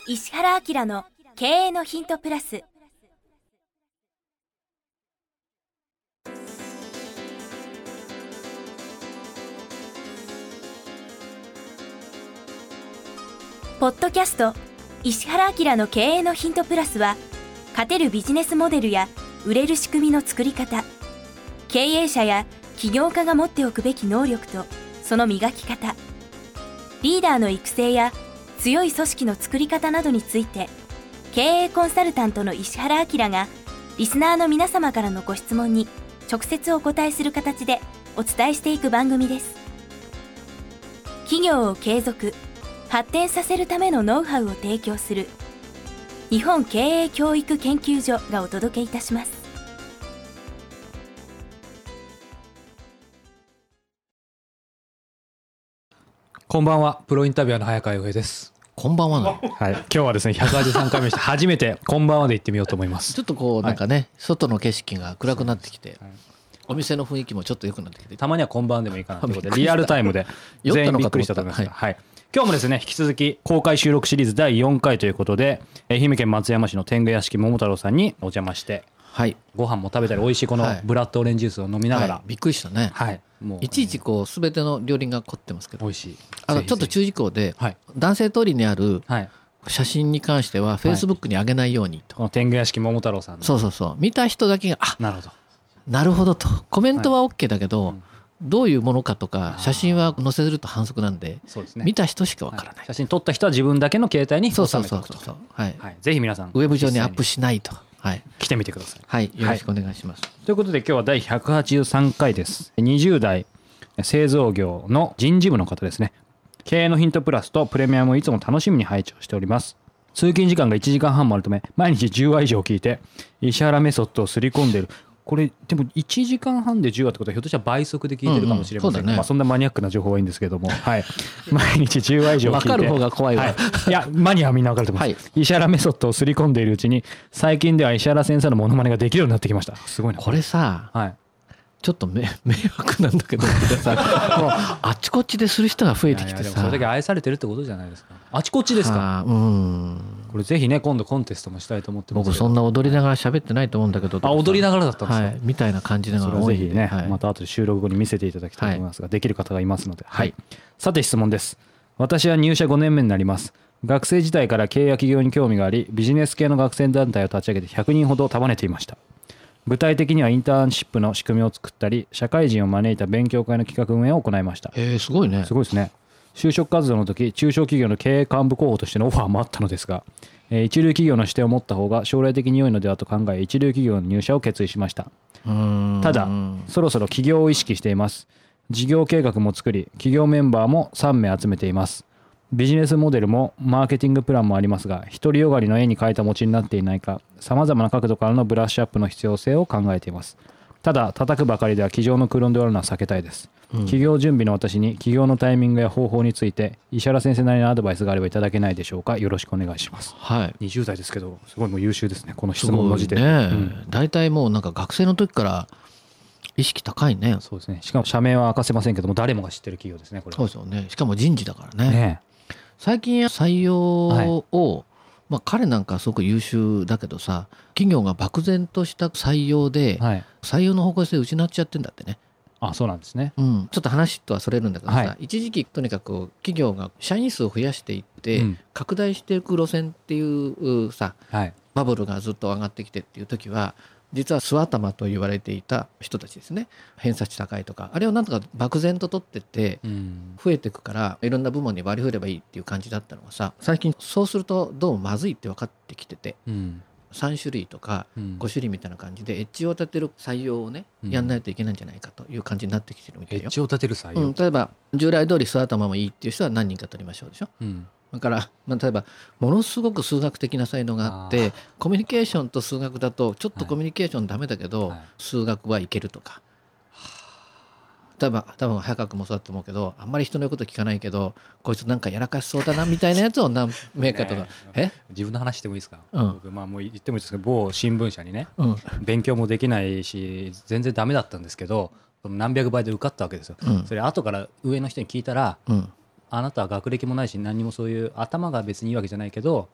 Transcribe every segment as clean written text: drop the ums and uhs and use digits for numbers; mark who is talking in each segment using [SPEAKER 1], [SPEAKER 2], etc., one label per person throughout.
[SPEAKER 1] 石原明の経営のヒントプラス。ポッドキャスト石原明の経営のヒントプラスは、勝てるビジネスモデルや売れる仕組みの作り方、経営者や起業家が持っておくべき能力とその磨き方、リーダーの育成や強い組織の作り方などについて、経営コンサルタントの石原明がリスナーの皆様からのご質問に直接お答えする形でお伝えしていく番組です。企業を継続発展させるためのノウハウを提供する日本経営教育研究所がお届けいたします。
[SPEAKER 2] こんばんは、プロインタビュアーの早川洋平です。
[SPEAKER 3] こんばんはの、
[SPEAKER 2] はい、今日はですね183回目して初めてこんばんはで言ってみようと思います。
[SPEAKER 3] ちょっとこうなんかね、はい、外の景色が暗くなってきて、はい、お店の雰囲気もちょっと良くなってきて、
[SPEAKER 2] たまにはこんばんでもいいかなということでリアルタイムで全員びっくりしたと思います。はい、今日もですね引き続き公開収録シリーズ第4回ということで、愛媛県松山市の天狗屋敷桃太郎さんにお邪魔して、はい、ご飯も食べたり美味しいこのブラッドオレンジジュースを飲みながら、
[SPEAKER 3] はい、びっくりしたね、はい、もういちいちこう全ての料理が凝ってますけど、美味しい。ちょっと注意事項で、はい、男性通りにある写真に関してはフェイスブックに上げないようにと、
[SPEAKER 2] この天狗屋敷桃太郎さんの、
[SPEAKER 3] そう見た人だけがなるほどと、コメントは OK だけど、はい、どういうものかとか写真は載せると反則なんで、そうですね、見た人しかわからない、はい、
[SPEAKER 2] 写真撮った人は自分だけの携帯に収めておくと、はいはい、ぜひ皆さん
[SPEAKER 3] ウェブ上にアップしないと、はい、
[SPEAKER 2] 来てみてください。
[SPEAKER 3] はい、よろしくお願いします、
[SPEAKER 2] はい、ということで今日は第183回です。20代製造業の人事部の方ですね。経営のヒントプラスとプレミアムをいつも楽しみに拝聴しております。通勤時間が1時間半もあるため毎日10話以上聞いて石原メソッドをすり込んでいる。これでも1時間半で10話ってことはひょっとしたら倍速で聞いてるかもしれませんが、まあ、そんなマニアックな情報はいいんですけども、はい、毎日10話以上聞いて
[SPEAKER 3] 分かる方が怖いわ、はい、
[SPEAKER 2] いやマニアはみんな分かると思います、はい、石原メソッドをすり込んでいるうちに最近では石原先生のモノマネができるようになってきました。すごいな
[SPEAKER 3] これさ、はい、ちょっと迷惑なんだけどさもうあっちこっちでする人が増えてきてさ、いやいやでも
[SPEAKER 2] それだけ愛されてるってことじゃないですか。あちこちですか。これぜひね今度コンテストもしたいと思ってますけど、
[SPEAKER 3] 僕そんな踊りながら喋ってないと思うんだけど、
[SPEAKER 2] 踊りながらだったんですか、はい、
[SPEAKER 3] みたいな感じで
[SPEAKER 2] それぜひね、はい、また後で収録後に見せていただきたいと思いますが、はい、できる方がいますので、はい、さて質問です。私は入社5年目になります。学生時代から経営や企業に興味があり、ビジネス系の学生団体を立ち上げて100人ほど束ねていました。具体的にはインターンシップの仕組みを作ったり、社会人を招いた勉強会の企画運営を行いました。
[SPEAKER 3] すごいね。
[SPEAKER 2] すごいですね。就職活動の時、中小企業の経営幹部候補としてのオファーもあったのですが、一流企業の視点を持った方が将来的に良いのではと考え、一流企業の入社を決意しました。ただそろそろ起業を意識しています。事業計画も作り、企業メンバーも3名集めています。ビジネスモデルもマーケティングプランもありますが、独りよがりの絵に描いた餅になっていないか、様々な角度からのブラッシュアップの必要性を考えています。ただ叩くばかりでは机上の空論で終わるのは避けたいです。起業準備の私に起業のタイミングや方法について石原先生なりのアドバイスがあればいただけないでしょうか。よろしくお願いします。
[SPEAKER 3] はい、
[SPEAKER 2] 20代ですけどすごいもう優秀ですね、この質問の時点
[SPEAKER 3] で。大体もうなんか学生の時から意識高いね。
[SPEAKER 2] そうですね。しかも社名は明かせませんけども誰もが知ってる企業ですね、これ。
[SPEAKER 3] そうですよね。しかも人事だからね。最近採用を、まあ、彼なんかすごく優秀だけどさ、企業が漠然とした採用で、採用の方向性失っちゃってんだってね。
[SPEAKER 2] あ、そうなんですね、
[SPEAKER 3] ちょっと話とはそれるんだけどさ、一時期とにかく企業が社員数を増やしていって、拡大していく路線っていうさ、バブルがずっと上がってきてっていう時は、実はスワタマと言われていた人たちですね、偏差値高いとか、あれをなんとか漠然と取ってって増えていくから、いろんな部門に割り振ればいいっていう感じだったのがさ、最近そうするとどうもまずいって分かってきてて、3種類とか5種類みたいな感じでエッジを立てる採用をね、やんないといけないんじゃないかという感じになってきてるみたいよ。
[SPEAKER 2] エッジを立てる採用、
[SPEAKER 3] 例えば従来通りスワタマもいいっていう人は何人か取りましょうでしょ、だから、例えばものすごく数学的な才能があって、コミュニケーションと数学だとちょっとコミュニケーションダメだけど、数学はいけるとか、多分早川君もそうだと思うけど、あんまり人の言うこと聞かないけどこいつなんかやらかしそうだなみたいなやつを何名かとか
[SPEAKER 2] 自分の話してもいいですか。僕もう言ってもいいですけど、某新聞社にね、勉強もできないし全然ダメだったんですけど、何百倍で受かったわけですよ、それ後から上の人に聞いたら、あなたは学歴もないし何にもそういう頭が別にいいわけじゃないけど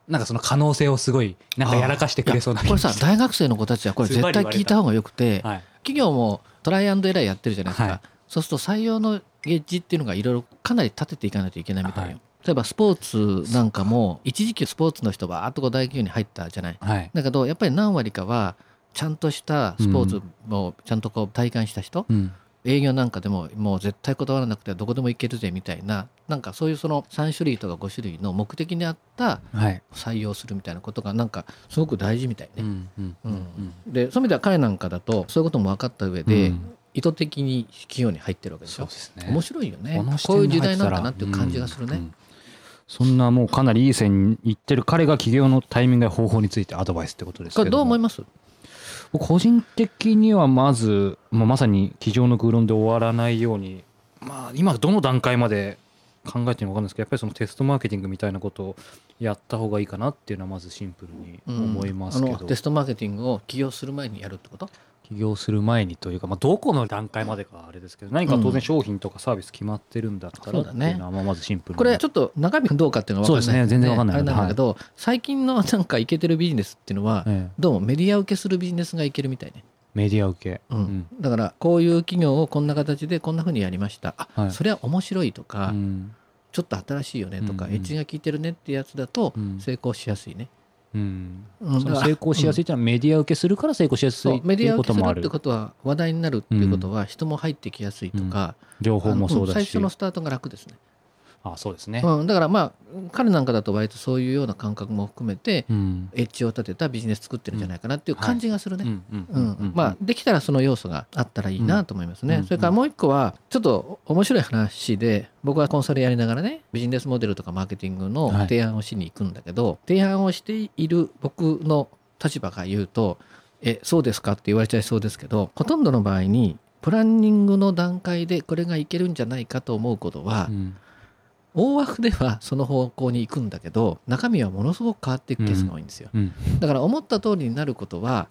[SPEAKER 2] なんかその可能性をすごいなんかやらかしてくれそうな気
[SPEAKER 3] こ
[SPEAKER 2] がして。
[SPEAKER 3] れさ大学生の子たちはこれ絶対聞いた方がよくて、
[SPEAKER 2] はい、
[SPEAKER 3] 企業もトライアンドエラーやってるじゃないですか、
[SPEAKER 2] はい、
[SPEAKER 3] そうすると採用のゲッジっていうのがいろいろかなり立てていかないといけないみたいよ、はい、例えばスポーツなんかも一時期スポーツの人バーッとこう大企業に入ったじゃない、はい、だけどやっぱり何割かはちゃんとしたスポーツをちゃんとこう体感した人、うん、営業なんかでももう絶対断らなくてどこでも行けるぜみたいな、なんかそういうその3種類とか5種類の目的に合った採用するみたいなことがなんかすごく大事みたいね。でそういう意味では彼なんかだとそういうことも分かった上で、うん、意図的に企業に入ってるわけでしょ。そうですね、面白いよね。こういう時代なんだなっていう感じがするね、うんうん、
[SPEAKER 2] そんなもうかなりいい線にいってる彼が起業のタイミングや方法についてアドバイスってことですけども、
[SPEAKER 3] これどう思います？
[SPEAKER 2] 個人的にはまず、まさに机上の空論で終わらないように、今どの段階まで考えてるのか分かんないですけど、やっぱりそのテストマーケティングみたいなことをやった方がいいかなっていうのはまずシンプルに思いますけど、
[SPEAKER 3] テストマーケティングを起業する前にやるってこと？
[SPEAKER 2] 起業する前にというか、どこの段階までかあれですけど、何か当然商品とかサービス決まってるんだったらっていうのはまずシンプルに、
[SPEAKER 3] これちょっと中身どうかっていうのは分かんない、
[SPEAKER 2] そうですね、全然分かんない、
[SPEAKER 3] あれなんだけど、最近のなんかイケてるビジネスっていうのは、どうもメディア受けするビジネスがいけるみたいね。
[SPEAKER 2] メディア受け、
[SPEAKER 3] だからこういう企業をこんな形でこんな風にやりました、それは面白いとか、ちょっと新しいよねとか、エッジが効いてるねってやつだと成功しやすいね。そ
[SPEAKER 2] の成功しやすいというのはメディア受けするから成功しやすいっていうこともある。
[SPEAKER 3] メディア受けするってことは話題になるっていうことは人も入ってきやすいとか、
[SPEAKER 2] 情報もそうだし、
[SPEAKER 3] 最初のスタートが楽ですね。
[SPEAKER 2] そうですね、
[SPEAKER 3] だから彼なんかだと割とそういうような感覚も含めて、エッジを立てたビジネス作ってるんじゃないかなっていう感じがするね。できたらその要素があったらいいなと思いますね。それからもう一個はちょっと面白い話で、僕はコンサルやりながらね、ビジネスモデルとかマーケティングの提案をしに行くんだけど、提案をしている僕の立場が言うと、そうですかって言われちゃいそうですけど、ほとんどの場合にプランニングの段階でこれがいけるんじゃないかと思うことは、大枠ではその方向に行くんだけど、中身はものすごく変わっていくケースが多いんですよ。だから思った通りになることは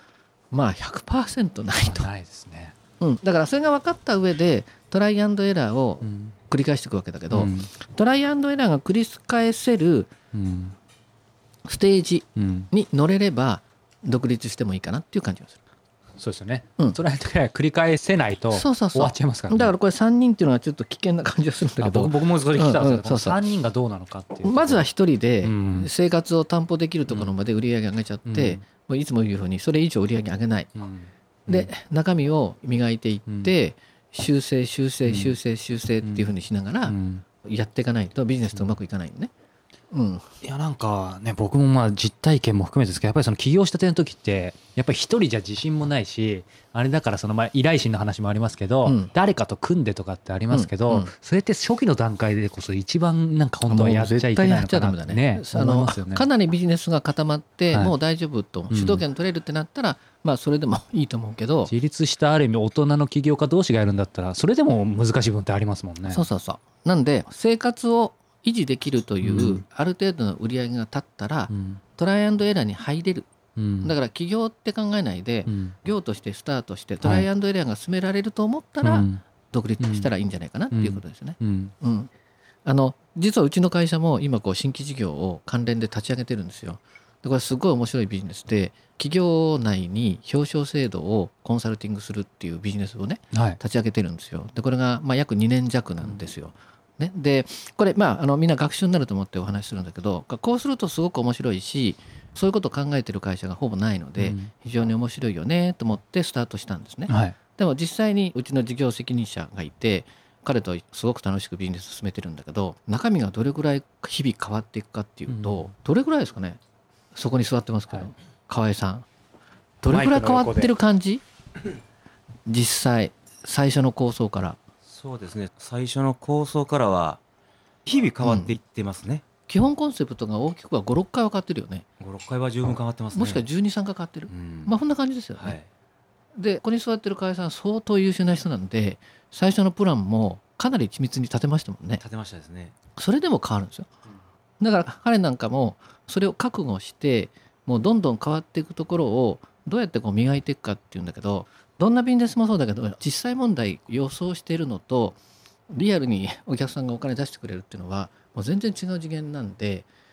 [SPEAKER 3] 100% ないと。
[SPEAKER 2] ないですね。
[SPEAKER 3] だからそれが分かった上でトライアンドエラーを繰り返していくわけだけど、トライアンドエラーが繰り返せるステージに乗れれば独立してもいいかなっていう感じがする。
[SPEAKER 2] そうですよね、トライアンドエラー繰り返せないと終わっちゃいますからね。
[SPEAKER 3] だからこれ3人っていうのはちょっと危険な感じがするんだけど、
[SPEAKER 2] 僕もそれ聞いたんですけど、3人がどうなのかっていう。
[SPEAKER 3] まずは1人で生活を担保できるところまで売り上げ上げちゃって、もういつも言うようにそれ以上売り上げ上げない、で中身を磨いていって、修正っていうふうにしながらやっていかないとビジネスとうまくいかないよね。
[SPEAKER 2] いやなんかね、僕も実体験も含めてですけど、やっぱりその起業したての時ってやっぱり一人じゃ自信もないし、あれだからその依頼心の話もありますけど、誰かと組んでとかってありますけど、それって初期の段階でこそ一番なんか本当はやっちゃいけないのかなってね、
[SPEAKER 3] かなりビジネスが固まってもう大丈夫と、主導権取れるってなったらそれでもいいと思うけど、
[SPEAKER 2] 自立したある意味大人の起業家同士がやるんだったらそれでも難しい部分ってありますもんね。
[SPEAKER 3] そうなんで生活を維持できるというある程度の売り上げが立ったら、トライアンドエラーに入れる、だから起業って考えないで、業としてスタートしてトライアンドエラーが進められると思ったら、独立したらいいんじゃないかなっていうことですね。実はうちの会社も今新規事業を関連で立ち上げてるんですよ。でこれすごい面白いビジネスで、企業内に表彰制度をコンサルティングするっていうビジネスをね、立ち上げてるんですよ。でこれが約2年弱なんですよ。でこれみんな学習になると思ってお話しするんだけど、こうするとすごく面白いし、そういうことを考えてる会社がほぼないので、非常に面白いよねと思ってスタートしたんですね。でも実際にうちの事業責任者がいて、彼とすごく楽しくビジネス進めてるんだけど、中身がどれぐらい日々変わっていくかっていうと、どれぐらいですかね。そこに座ってますけど、河合さんどれぐらい変わってる感じ？実際最初の構想から。
[SPEAKER 4] そうですね、最初の構想からは日々変わっていってますね。
[SPEAKER 3] 基本コンセプトが大きくは 5,6 回は変わってるよね。
[SPEAKER 4] 5,6 回は十分変わってますね。
[SPEAKER 3] もしくは 12,13 回変わってる、こんな感じですよね。でここに座ってる会社は相当優秀な人なんで、最初のプランもかなり緻密に立てましたもんね。
[SPEAKER 4] 立てましたですね。
[SPEAKER 3] それでも変わるんですよ。だから彼なんかもそれを覚悟して、もうどんどん変わっていくところをどうやって磨いていくかっていうんだけど、どんなビジネスもそうだけど、実際問題予想しているのとリアルにお客さんがお金出してくれるっていうのはもう全然違う次元なんで、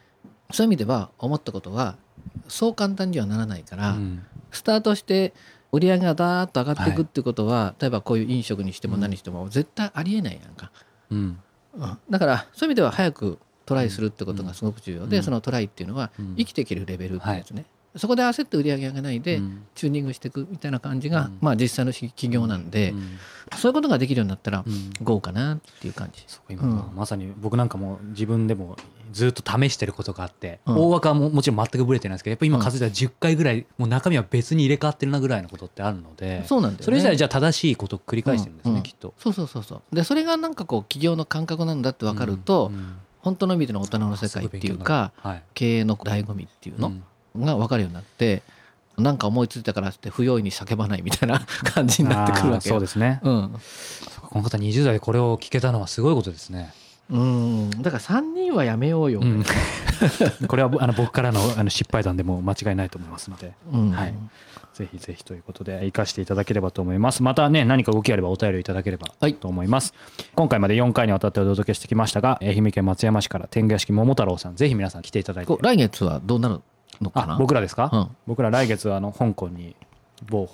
[SPEAKER 3] そういう意味では思ったことはそう簡単にはならないから、スタートして売り上げがダーッと上がっていくっていうことは、例えばこういう飲食にしても何にしても絶対ありえないやんか、だからそういう意味では早くトライするってことがすごく重要で、そのトライっていうのは生きていけるレベルってやつね、そこで焦って売り上げ上げないでチューニングしていくみたいな感じが、実際の企業なんで、そういうことができるようになったらGOかなっていう感じ。
[SPEAKER 2] そう今まさに僕なんかも自分でもずっと試してることがあって、大枠はもちろん全くぶれてないんですけど、やっぱり今数えたら10回ぐらいもう中身は別に入れ替わってるなぐらいのことってあるので、
[SPEAKER 3] そうなんだよね、
[SPEAKER 2] それ自体じゃあ正しいことを繰り返してるんですね、きっと。
[SPEAKER 3] そうでそれがなんかこう企業の感覚なんだって分かると、本当の意味での大人の世界っていうか、経営の醍醐味っていうのが分かるようになって、なんか思いついたからって不用意に叫ばないみたいな感じになってくるわけよ。
[SPEAKER 2] そうですね、この方20代でこれを聞けたのはすごいことですね。
[SPEAKER 3] だから3人はやめようよ、
[SPEAKER 2] これは僕からの失敗談でも間違いないと思いますので、ぜひぜひということで生かしていただければと思います。またね、何か動きあればお便りいただければと思います、今回まで4回にわたってお届けしてきましたが、愛媛県松山市から天狗屋敷桃太郎さん、ぜひ皆さん来ていただいて。
[SPEAKER 3] 来月はどうなるのかな。
[SPEAKER 2] 僕らですか、僕ら来月は香港に行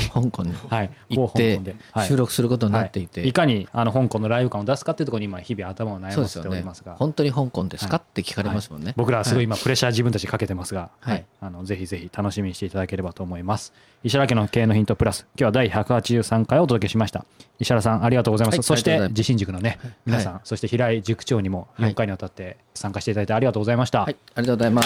[SPEAKER 3] って収録することになっていて、
[SPEAKER 2] いかに香港のライブ感を出すかっていうところに今日々頭を悩ませておりますが、
[SPEAKER 3] 本当に香港ですかって聞かれますもんね。
[SPEAKER 2] 僕らはすごい今プレッシャー自分たちかけてますが、ぜひぜひ楽しみにしていただければと思います。石原家の経営のヒントプラス、今日は第183回をお届けしまし。石原さんありがとうございます、そして自信塾のね皆さん、そして平井塾長にも4回にわたって参加していただいてありがとうございました。
[SPEAKER 3] ありがとうございます。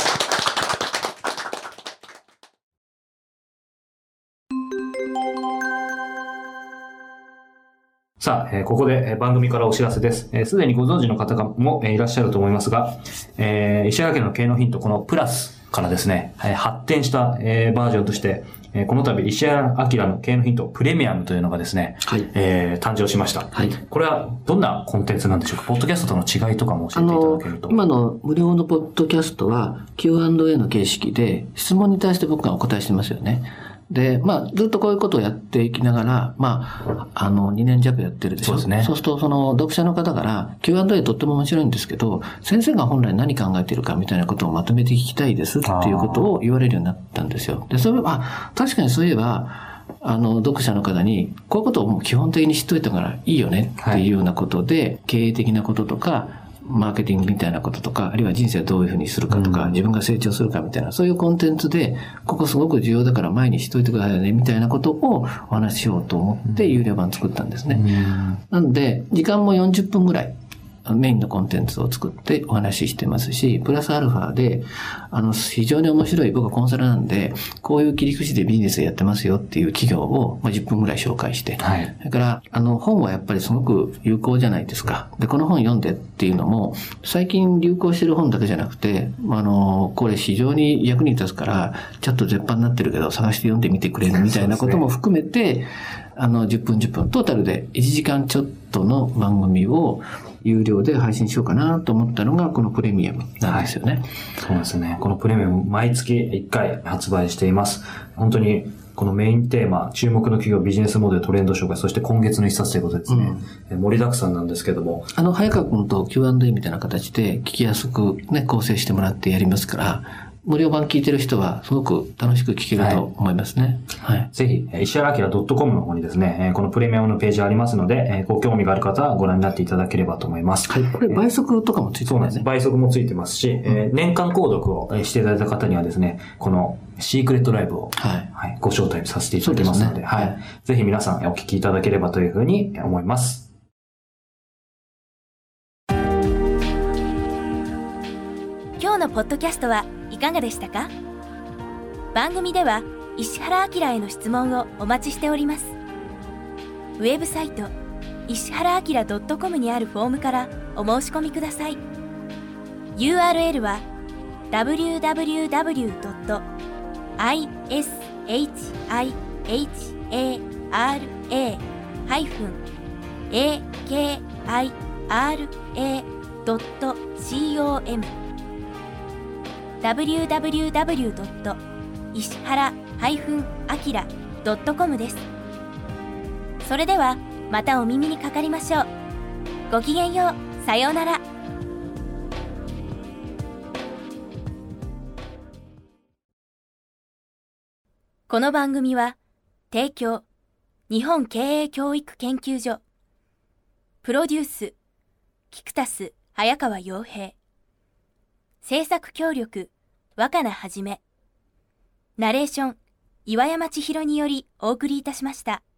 [SPEAKER 2] さあ、ここで番組からお知らせです。すでにご存知の方もいらっしゃると思いますが、石原家の経営のヒント、このプラスからですね、発展した、バージョンとして、この度石原明の経営のヒントプレミアムというのがですね、誕生しました。これはどんなコンテンツなんでしょうか。ポッドキャストとの違いとかも教えていただけると。
[SPEAKER 5] 今の無料のポッドキャストは Q&A の形式で質問に対して僕がお答えしてますよね。で、ずっとこういうことをやっていきながら、2年弱やってるでしょ。そうですね。そうすると、読者の方から、Q&A とっても面白いんですけど、先生が本来何考えているかみたいなことをまとめて聞きたいですっていうことを言われるようになったんですよ。で、それは、確かにそういえば、読者の方に、こういうことをもう基本的に知っといたからいいよねっていうようなことで、経営的なこととか、マーケティングみたいなこととか、あるいは人生をどういうふうにするかとか、自分が成長するかみたいな、そういうコンテンツで、ここすごく重要だから前にしといてくださいね、みたいなことをお話ししようと思って有料版作ったんですね。なので、時間も40分ぐらい。メインのコンテンツを作ってお話ししてますし、プラスアルファで、非常に面白い、僕はコンサルなんで、こういう切り口でビジネスやってますよっていう企業を、10分ぐらい紹介して、それから、本はやっぱりすごく有効じゃないですか。で、この本読んでっていうのも、最近流行してる本だけじゃなくて、これ非常に役に立つから、ちょっと絶版になってるけど、探して読んでみてくれるみたいなことも含めて、10分10分、トータルで1時間ちょっとの番組を、有料で配信しようかなと思ったのがこのプレミアムなんですよね。
[SPEAKER 2] そうですね。このプレミアム毎月1回発売しています。本当にこのメインテーマ、注目の企業ビジネスモデルトレンド紹介、そして今月の一冊ということですね。盛りだくさんなんですけども。
[SPEAKER 5] 早川君と Q&A みたいな形で聞きやすくね、構成してもらってやりますから、無料版聞いてる人はすごく楽しく聞けると思いますね。
[SPEAKER 2] ぜひ、石原明 .com の方にですね、このプレミアムのページありますので、ご興味がある方はご覧になっていただければと思います。
[SPEAKER 5] これ倍速とかもついてますね。
[SPEAKER 2] そうなんです。倍速もついてますし、年間購読をしていただいた方にはですね、このシークレットライブを、ご招待させていただきますので、ぜひ皆さんお聞きいただければというふうに思います。
[SPEAKER 1] 今日のポッドキャストはいかがでしたか？番組では石原明への質問をお待ちしております。ウェブサイト石原明 .com にあるフォームからお申し込みください。 URL は www.ishihara.com www. 石原-akira.com です。それではまたお耳にかかりましょう。ごきげんよう。さようなら。 この番組は、提供、日本経営教育研究所、プロデュース、キクタス早川洋平、制作協力、若菜はじめ、ナレーション、岩山千尋によりお送りいたしました。